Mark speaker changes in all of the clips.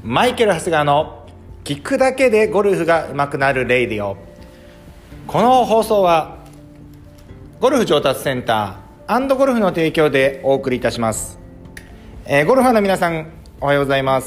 Speaker 1: マイケル・ハスガーの聞くだけでゴルフが上手くなるレイディオ。この放送はゴルフ上達センター&ゴルフの提供でお送りいたします。ゴルファーの皆さん、おはようございます。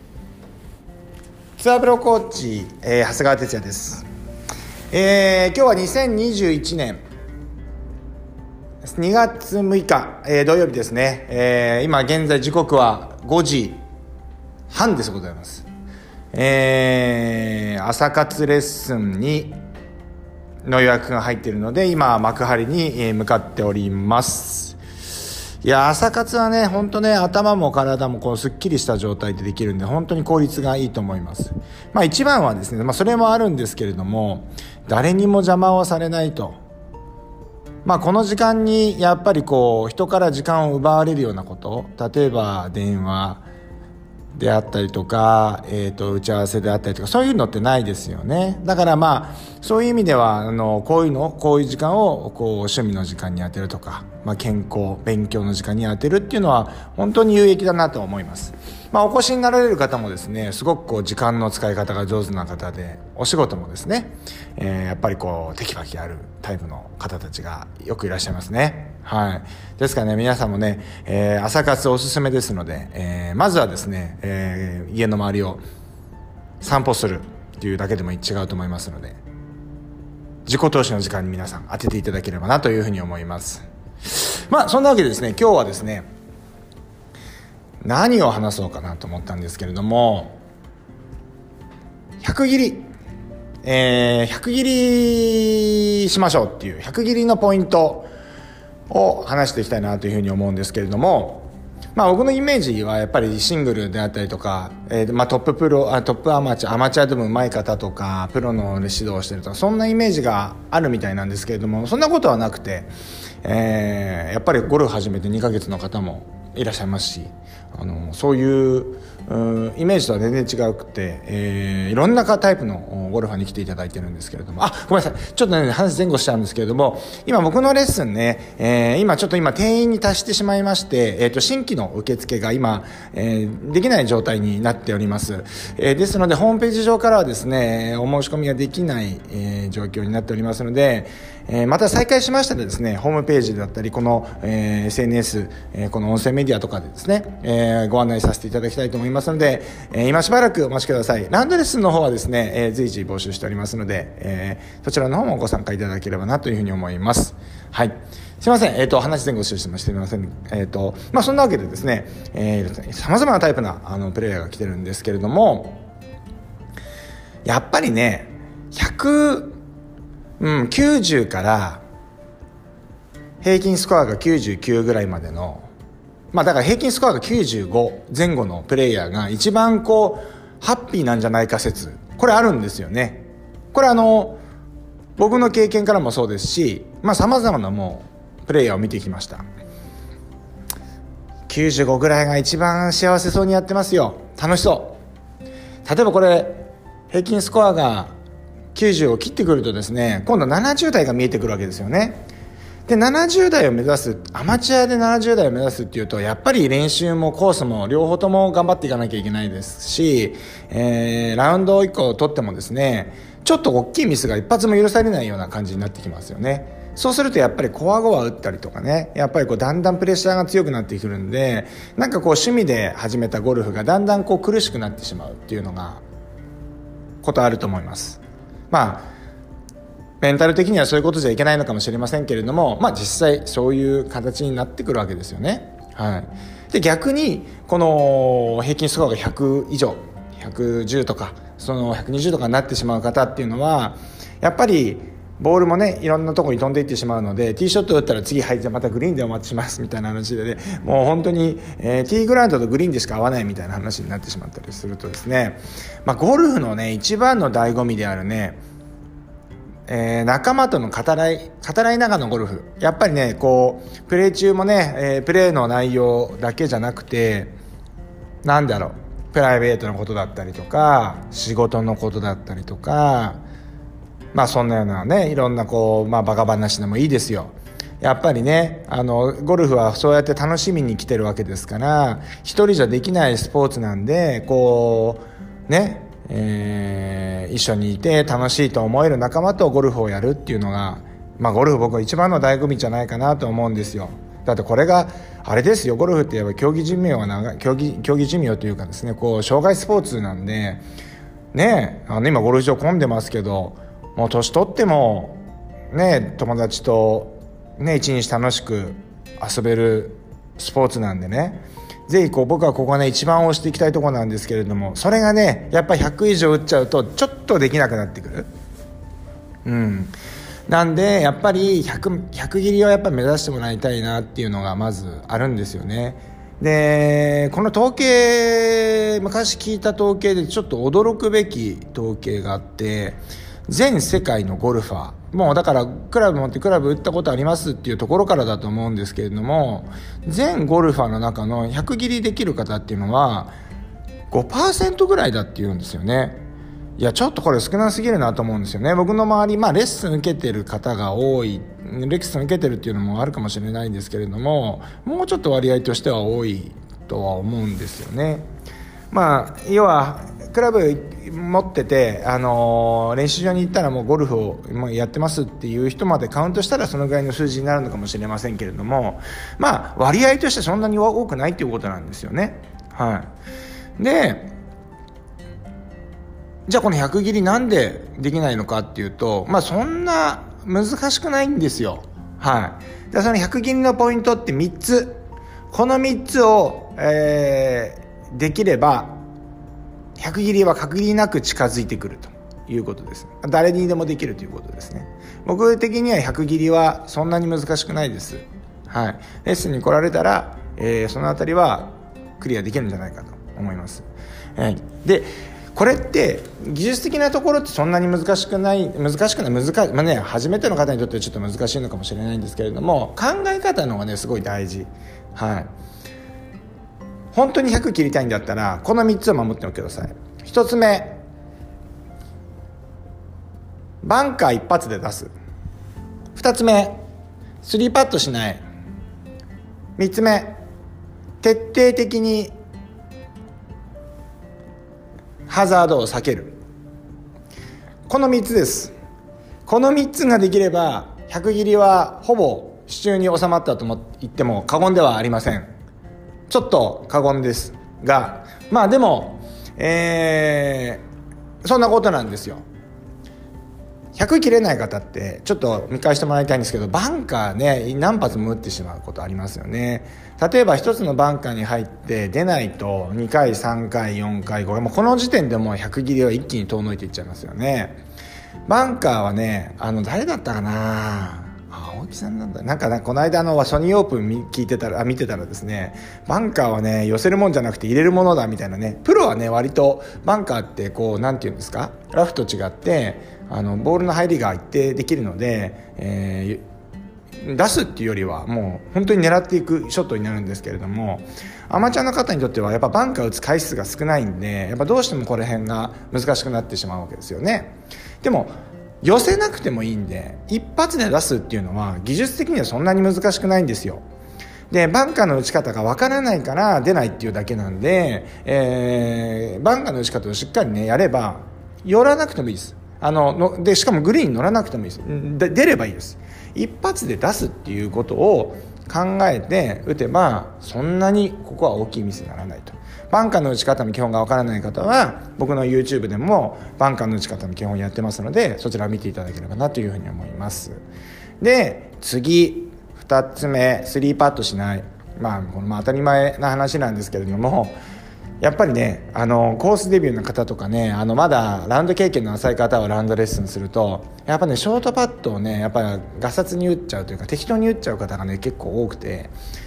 Speaker 1: ツアープロコーチ、長谷川哲也です。今日は2021年2月6日、土曜日ですね。今現在時刻は5時半でございます。朝活レッスンの予約が入っているので、今幕張に向かっております。いや、朝活はね、本当ね、頭も体もこうすっきりした状態でできるんで、本当に効率がいいと思います。一番はですね、それもあるんですけれども、誰にも邪魔をされないと。この時間にやっぱりこう人から時間を奪われるようなこと、例えば電話であったりとか、打ち合わせであったりとか、そういうのってないですよね。だからそういう意味ではこういう時間をこう趣味の時間に当てるとか、健康勉強の時間に当てるっていうのは本当に有益だなと思います。お越しになられる方もですね、すごくこう時間の使い方が上手な方で、お仕事もですね、やっぱりこうテキパキあるタイプの方たちがよくいらっしゃいますね。はい。ですからね、皆さんもね、朝活おすすめですので、まずはですね、家の周りを散歩するっていうだけでも違うと思いますので、自己投資の時間に皆さん当てていただければなというふうに思います。そんなわけでですね、今日はですね、何を話そうかなと思ったんですけれども、100切りしましょうっていう100切りのポイントを話していきたいなというふうに思うんですけれども、僕のイメージはやっぱりシングルであったりとか、トップアマチュアでも上手い方とかプロの指導をしてるとか、そんなイメージがあるみたいなんですけれども、そんなことはなくて、やっぱりゴルフ始めて2ヶ月の方もいらっしゃいますし、そういうイメージとは全然違くて、いろんなタイプのゴルファーに来ていただいてるんですけれども、ごめんなさい、ちょっとね、話前後しちゃうんですけれども、今僕のレッスンね、今定員に達してしまいまして、新規の受付が今、できない状態になっております。ですのでホームページ上からはですね、お申し込みができない、状況になっておりますので、また再開しましたらですね、ホームページだったりこの、SNS、この音声メディアとかでですね、ご案内させていただきたいと思いますので、今しばらくお待ちください。ラウンドレッスンの方はですね、随時募集しておりますので、そちらの方もご参加いただければなというふうに思います。はい。すいません。話前後してましてすみません。そんなわけでですね、様々なタイプなプレイヤーが来てるんですけれども、やっぱりね、90から平均スコアが99ぐらいまでの、だから平均スコアが95前後のプレイヤーが一番こうハッピーなんじゃないか説、これあるんですよね。これ僕の経験からもそうですし、様々なプレイヤーを見てきました。95ぐらいが一番幸せそうにやってますよ。楽しそう。例えばこれ平均スコアが90を切ってくるとですね、今度70代が見えてくるわけですよね。で、70代を目指す、アマチュアで70代を目指すっていうと、やっぱり練習もコースも両方とも頑張っていかなきゃいけないですし、ラウンド1個取ってもですね、ちょっと大きいミスが一発も許されないような感じになってきますよね。そうするとやっぱりコアゴア打ったりとかね、やっぱりだんだんプレッシャーが強くなってくるんで、趣味で始めたゴルフがだんだん苦しくなってしまうっていうのがことあると思います。メンタル的にはそういうことじゃいけないのかもしれませんけれども、実際そういう形になってくるわけですよね。はい。で、逆にこの平均スコアが100以上、110とかその120とかになってしまう方っていうのは、やっぱりボールもね、いろんなところに飛んでいってしまうので、ティーショット打ったら次じゃあまたグリーンでお待ちしますみたいな話でね、もう本当に、ティーグラウンドとグリーンでしか合わないみたいな話になってしまったりするとですね、ゴルフのね、一番の醍醐味であるね、仲間との語らいながらのゴルフ、やっぱりね、プレー中もね、プレーの内容だけじゃなくて、プライベートのことだったりとか、仕事のことだったりとか、そんなようなね、いろんなバカ話でもいいですよ。 やっぱりねゴルフはそうやって楽しみに来てるわけですから、一人じゃできないスポーツなんで、こうね、一緒にいて楽しいと思える仲間とゴルフをやるっていうのが、ゴルフ僕は一番の醍醐味じゃないかなと思うんですよ。だってこれがあれですよ、ゴルフってやっぱ競技寿命は競技寿命というかですね、こう障害スポーツなんでね、今ゴルフ場混んでますけど、もう年取ってもね、友達とね一日楽しく遊べるスポーツなんでね、ぜひ僕はここね一番推していきたいところなんですけれども、それがねやっぱり100以上打っちゃうとちょっとできなくなってくる。なんでやっぱり100切りをやっぱり目指してもらいたいなっていうのがまずあるんですよね。でこの統計、昔聞いた統計でちょっと驚くべき統計があって、全世界のゴルファー、もうだからクラブ持ってクラブ打ったことありますっていうところからだと思うんですけれども、全ゴルファーの中の100切りできる方っていうのは 5% ぐらいだっていうんですよね。いやちょっとこれ少なすぎるなと思うんですよね。僕の周り、レッスン受けてる方が多い、レッスン受けてるっていうのもあるかもしれないんですけれども、もうちょっと割合としては多いとは思うんですよね。要はクラブ持ってて、練習場に行ったらもうゴルフをやってますっていう人までカウントしたらそのぐらいの数字になるのかもしれませんけれども、割合としてそんなに多くないっていうことなんですよね。でじゃあこの100切りなんでできないのかっていうと、そんな難しくないんですよ。でその100切りのポイントって3つ、この3つを、できれば100切りは限りなく近づいてくるということです。誰にでもできるということですね。僕的には100切りはそんなに難しくないです。レッスンに来られたら、そのあたりはクリアできるんじゃないかと思います。でこれって技術的なところってそんなに難しくない、初めての方にとってはちょっと難しいのかもしれないんですけれども、考え方の方がねすごい大事。本当に100切りたいんだったらこの3つを守っておいてください。1つ目、バンカー一発で出す。2つ目、3パットしない。3つ目、徹底的にハザードを避ける。この3つです。この3つができれば100切りはほぼ手中に収まったと言っても過言ではありません。ちょっと過言ですが、でも、そんなことなんですよ。100切れない方ってちょっと見返してもらいたいんですけど、バンカーね何発も打ってしまうことありますよね。例えば一つのバンカーに入って出ないと2回3回4回5回、もうこの時点でもう100切りは一気に遠のいていっちゃいますよね。バンカーはね、誰だったかな、青木さんなんだ、この間ソニーオープン見てたらですね、バンカーはね寄せるもんじゃなくて入れるものだみたいなね。プロはね割とバンカーってこうなんていうんですか、ラフと違ってボールの入りが一定できるので、出すっていうよりはもう本当に狙っていくショットになるんですけれども、アマチュアの方にとってはやっぱバンカー打つ回数が少ないんで、やっぱどうしてもこの辺が難しくなってしまうわけですよね。でも寄せなくてもいいんで、一発で出すっていうのは技術的にはそんなに難しくないんですよ。でバンカーの打ち方がわからないから出ないっていうだけなんで、バンカーの打ち方をしっかりねやれば寄らなくてもいいです。でしかもグリーンに乗らなくてもいいです。出ればいいです。一発で出すっていうことを考えて打てばそんなにここは大きいミスにならないと。バンカーの打ち方の基本がわからない方は僕の YouTube でもバンカーの打ち方の基本やってますので、そちらを見ていただければなというふうに思います。で次2つ目、3パットしない。これも当たり前な話なんですけれども、やっぱりねコースデビューの方とかね、まだラウンド経験の浅い方はラウンドレッスンするとやっぱねショートパットをねやっぱりガサツに打っちゃうというか適当に打っちゃう方がね結構多くて、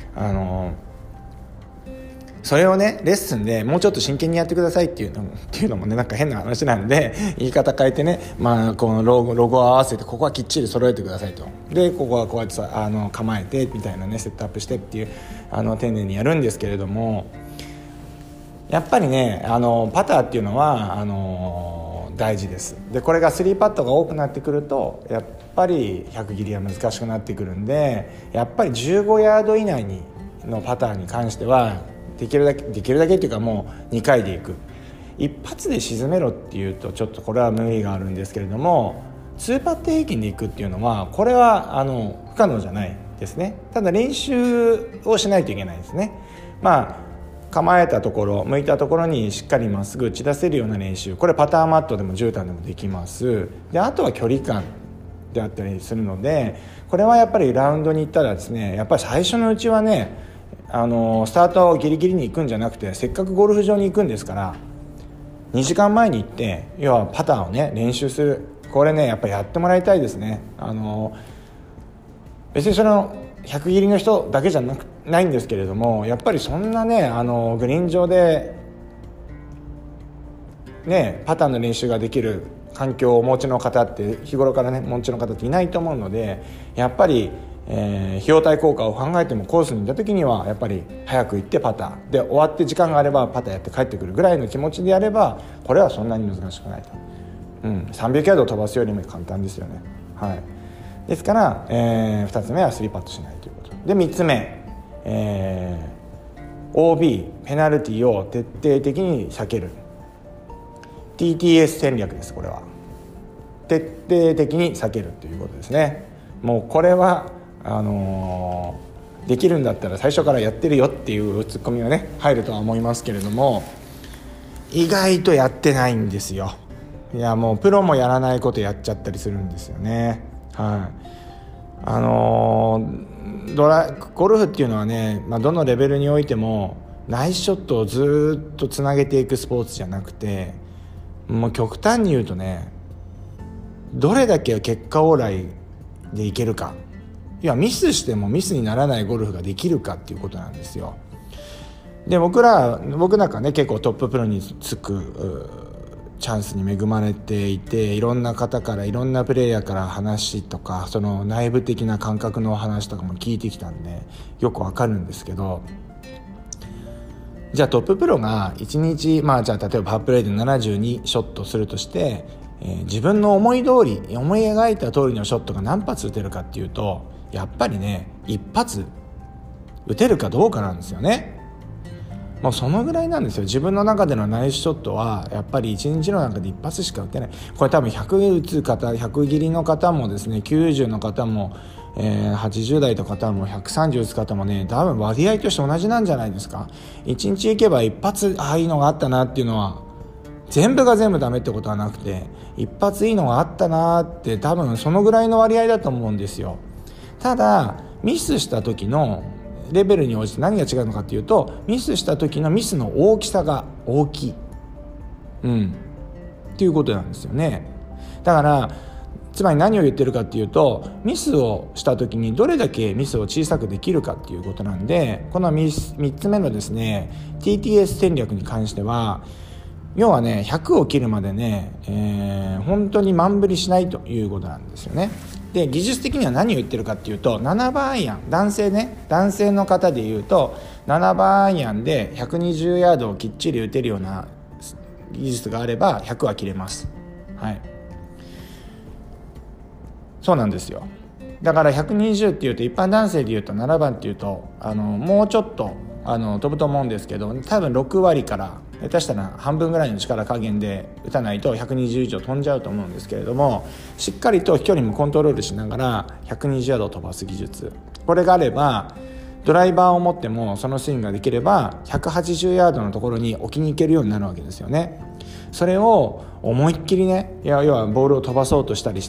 Speaker 1: それをねレッスンでもうちょっと真剣にやってくださいっていうのもねなんか変な話なんで、言い方変えてね、このロゴを合わせてここはきっちり揃えてくださいと。でここはこうやって構えてみたいなねセットアップしてっていう丁寧にやるんですけれども、やっぱりねパターっていうのは大事です。でこれが3パットが多くなってくるとぱり100切りは難しくなってくるんで、やっぱり15ヤード以内のパターに関してはできるだけっていうか、もう2回でいく。一発で沈めろっていうとちょっとこれは無理があるんですけれども、2パット平均でいくっていうのはこれは不可能じゃないですね。ただ練習をしないといけないですね。構えたところ、向いたところにしっかりまっすぐ打ち出せるような練習、これパターマットでも絨毯でもできます。であとは距離感であったりするので、これはやっぱりラウンドに行ったらですね、やっぱり最初のうちはね、スタートギリギリに行くんじゃなくて、せっかくゴルフ場に行くんですから2時間前に行って、要はパターをね練習する。これねやっぱりやってもらいたいですね。別にその100切りの人だけじゃないんですけれども、やっぱりそんなねグリーン上でねパターの練習ができる環境をお持ちの方って日頃からねお持ちの方っていないと思うので、やっぱり費用対効果を考えてもコースに行った時にはやっぱり早く行ってパターで終わって時間があればパターやって帰ってくるぐらいの気持ちでやれば、これはそんなに難しくないと、300ヤード飛ばすよりも簡単ですよね。ですから、2つ目は3パットしないということで、3つ目、OB ペナルティを徹底的に避ける TTS 戦略です。これは徹底的に避けるということですね。もうこれはできるんだったら最初からやってるよっていうツッコミがね入るとは思いますけれども、意外とやってないんですよ。いやもうプロもやらないことやっちゃったりするんですよね。ゴルフっていうのはね、どのレベルにおいてもナイスショットをずっとつなげていくスポーツじゃなくて、もう極端に言うとね、どれだけ結果オーライでいけるか、いやミスしてもミスにならないゴルフができるかっていうことなんですよ。で僕なんかね結構トッププロにつくチャンスに恵まれていて、いろんな方からいろんなプレイヤーから話とか、その内部的な感覚の話とかも聞いてきたんでよくわかるんですけど、じゃあトッププロが1日、じゃあ例えばパープレイで72ショットするとして、自分の思い描いた通りのショットが何発打てるかっていうと、やっぱりね一発打てるかどうかなんですよね。もうそのぐらいなんですよ。自分の中でのナイスショットはやっぱり1日の中で一発しか打てない。これ多分100打つ方、100切りの方もですね、90の方も、80代の方も130打つ方もね、多分割合として同じなんじゃないですか。1日行けば一発いいのがあったなっていうのは、全部が全部ダメってことはなくて、一発いいのがあったなって多分そのぐらいの割合だと思うんですよ。ただミスした時のレベルに応じて何が違うのかっていうと、ミスした時のミスの大きさが大きい、っていうことなんですよね。だからつまり何を言ってるかっていうと、ミスをした時にどれだけミスを小さくできるかっていうことなんで、この 3つ目のですね TTS 戦略に関しては、要はね100を切るまでね、本当に満振りしないということなんですよね。で技術的には何を言ってるかっていうと、7番アイアン、男性の方でいうと7番アイアンで120ヤードをきっちり打てるような技術があれば100は切れます。そうなんですよ。だから120っていうと、一般男性でいうと7番っていうともうちょっと飛ぶと思うんですけど、多分6割から下手したら半分ぐらいの力加減で打たないと120以上飛んじゃうと思うんですけれども、しっかりと飛距離もコントロールしながら120ヤードを飛ばす技術、これがあればドライバーを持ってもそのスイングができれば180ヤードのところに置きに行けるようになるわけですよね。それを思いっきりね、要はボールを飛ばそうとしたりして、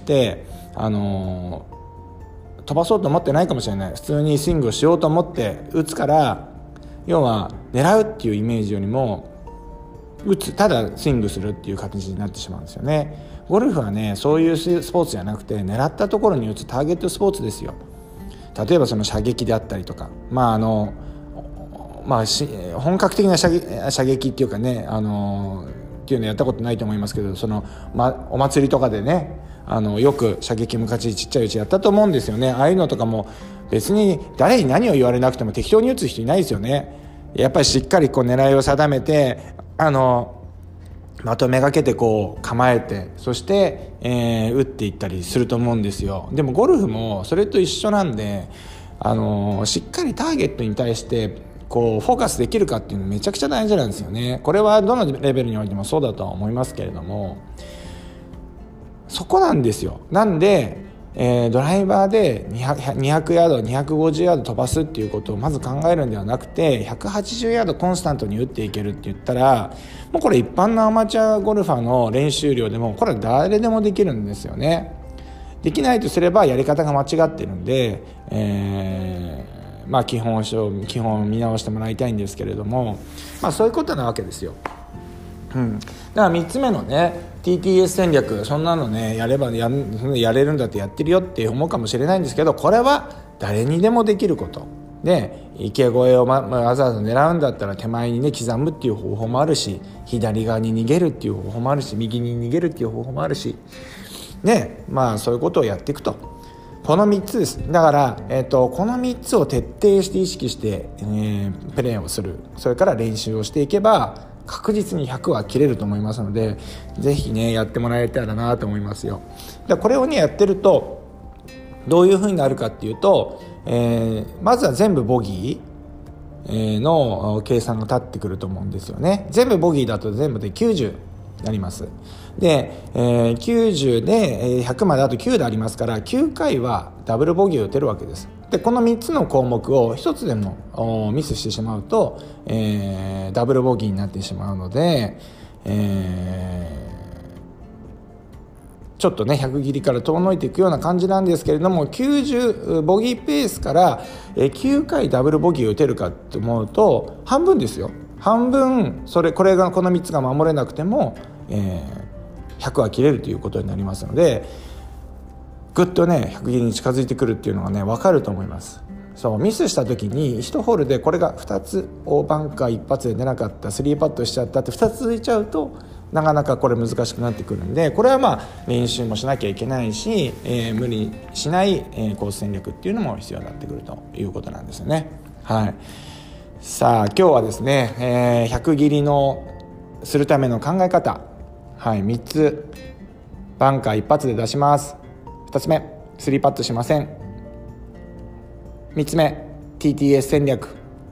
Speaker 1: 飛ばそうと思ってないかもしれない、普通にスイングをしようと思って打つから、要は狙うっていうイメージよりもただスイングするっていう形になってしまうんですよね。ゴルフはねそういうスポーツじゃなくて、狙ったところに打つターゲットスポーツですよ。例えばその射撃であったりとか、本格的な射撃っていうかね、っていうのやったことないと思いますけど、お祭りとかでねよく射撃昔ちっちゃいうちやったと思うんですよね。ああいうのとかも別に誰に何を言われなくても適当に打つ人いないですよね。やっぱりしっかり狙いを定めて的めがけてこう構えて、そして、打っていったりすると思うんですよ。でもゴルフもそれと一緒なんで、しっかりターゲットに対してこうフォーカスできるかっていうのめちゃくちゃ大事なんですよね。これはどのレベルにおいてもそうだとは思いますけれども、そこなんですよ。なんで、ドライバーで200ヤード250ヤード飛ばすっていうことをまず考えるんではなくて、180ヤードコンスタントに打っていけるって言ったら、もうこれ一般のアマチュアゴルファーの練習量でもこれは誰でもできるんですよね。できないとすればやり方が間違ってるんで、基本見直してもらいたいんですけれども、そういうことなわけですよ。だから3つ目のね TTS 戦略、そんなのねやれるんだってやってるよって思うかもしれないんですけど、これは誰にでもできることで、池越えをわざわざ狙うんだったら手前にね刻むっていう方法もあるし、左側に逃げるっていう方法もあるし、右に逃げるっていう方法もあるしね、そういうことをやっていくと。この3つです。だから、この3つを徹底して意識して、プレーをする、それから練習をしていけば確実に100は切れると思いますので、ぜひねやってもらえたらなと思いますよ。でこれをねやってるとどういう風になるかっていうと、まずは全部ボギーの計算が立ってくると思うんですよね。全部ボギーだと全部で90なります。で、90で100まであと9でありますから、9回はダブルボギーを打てるわけです。でこの3つの項目を1つでもミスしてしまうと、ダブルボギーになってしまうので、ちょっとね100切りから遠のいていくような感じなんですけれども、90ボギーペースから9回ダブルボギーを打てるかと思うと半分ですよ。半分この3つが守れなくても、100は切れるということになりますので、ぐっとね100切りに近づいてくるっていうのがね分かると思います。そうミスした時に1ホールでこれが2つバンカー一発で出なかった、3パットしちゃったって2つ続いちゃうとなかなかこれ難しくなってくるんで、これは練習もしなきゃいけないし、無理しない、コース戦略っていうのも必要になってくるということなんですよね。はい。さあ今日はですね、100切りのするための考え方、3つ。バンカー一発で出します。2つ目3パットしません。3つ目 TTS 戦略、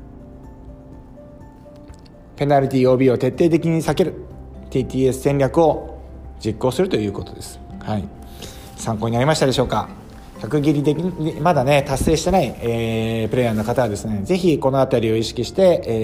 Speaker 1: ペナルティ OB を徹底的に避ける TTS 戦略を実行するということです。参考になりましたでしょうか。100切りでまだね達成してない、プレイヤーの方はですね、ぜひこのあたりを意識して、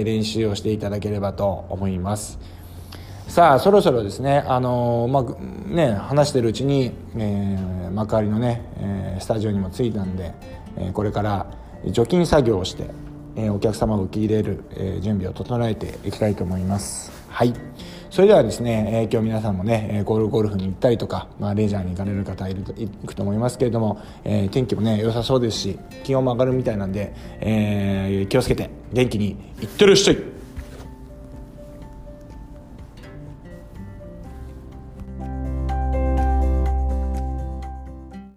Speaker 1: 練習をしていただければと思います。さあそろそろですね、話してるうちに、幕張のね、スタジオにも着いたんで、これから除菌作業をして、お客様を受け入れる、準備を整えていきたいと思います。それではですね、今日皆さんもねゴルフに行ったりとか、レジャーに行かれる方行くと思いますけれども、天気もね良さそうですし気温も上がるみたいなんで、気をつけて元気にいってらっしゃい。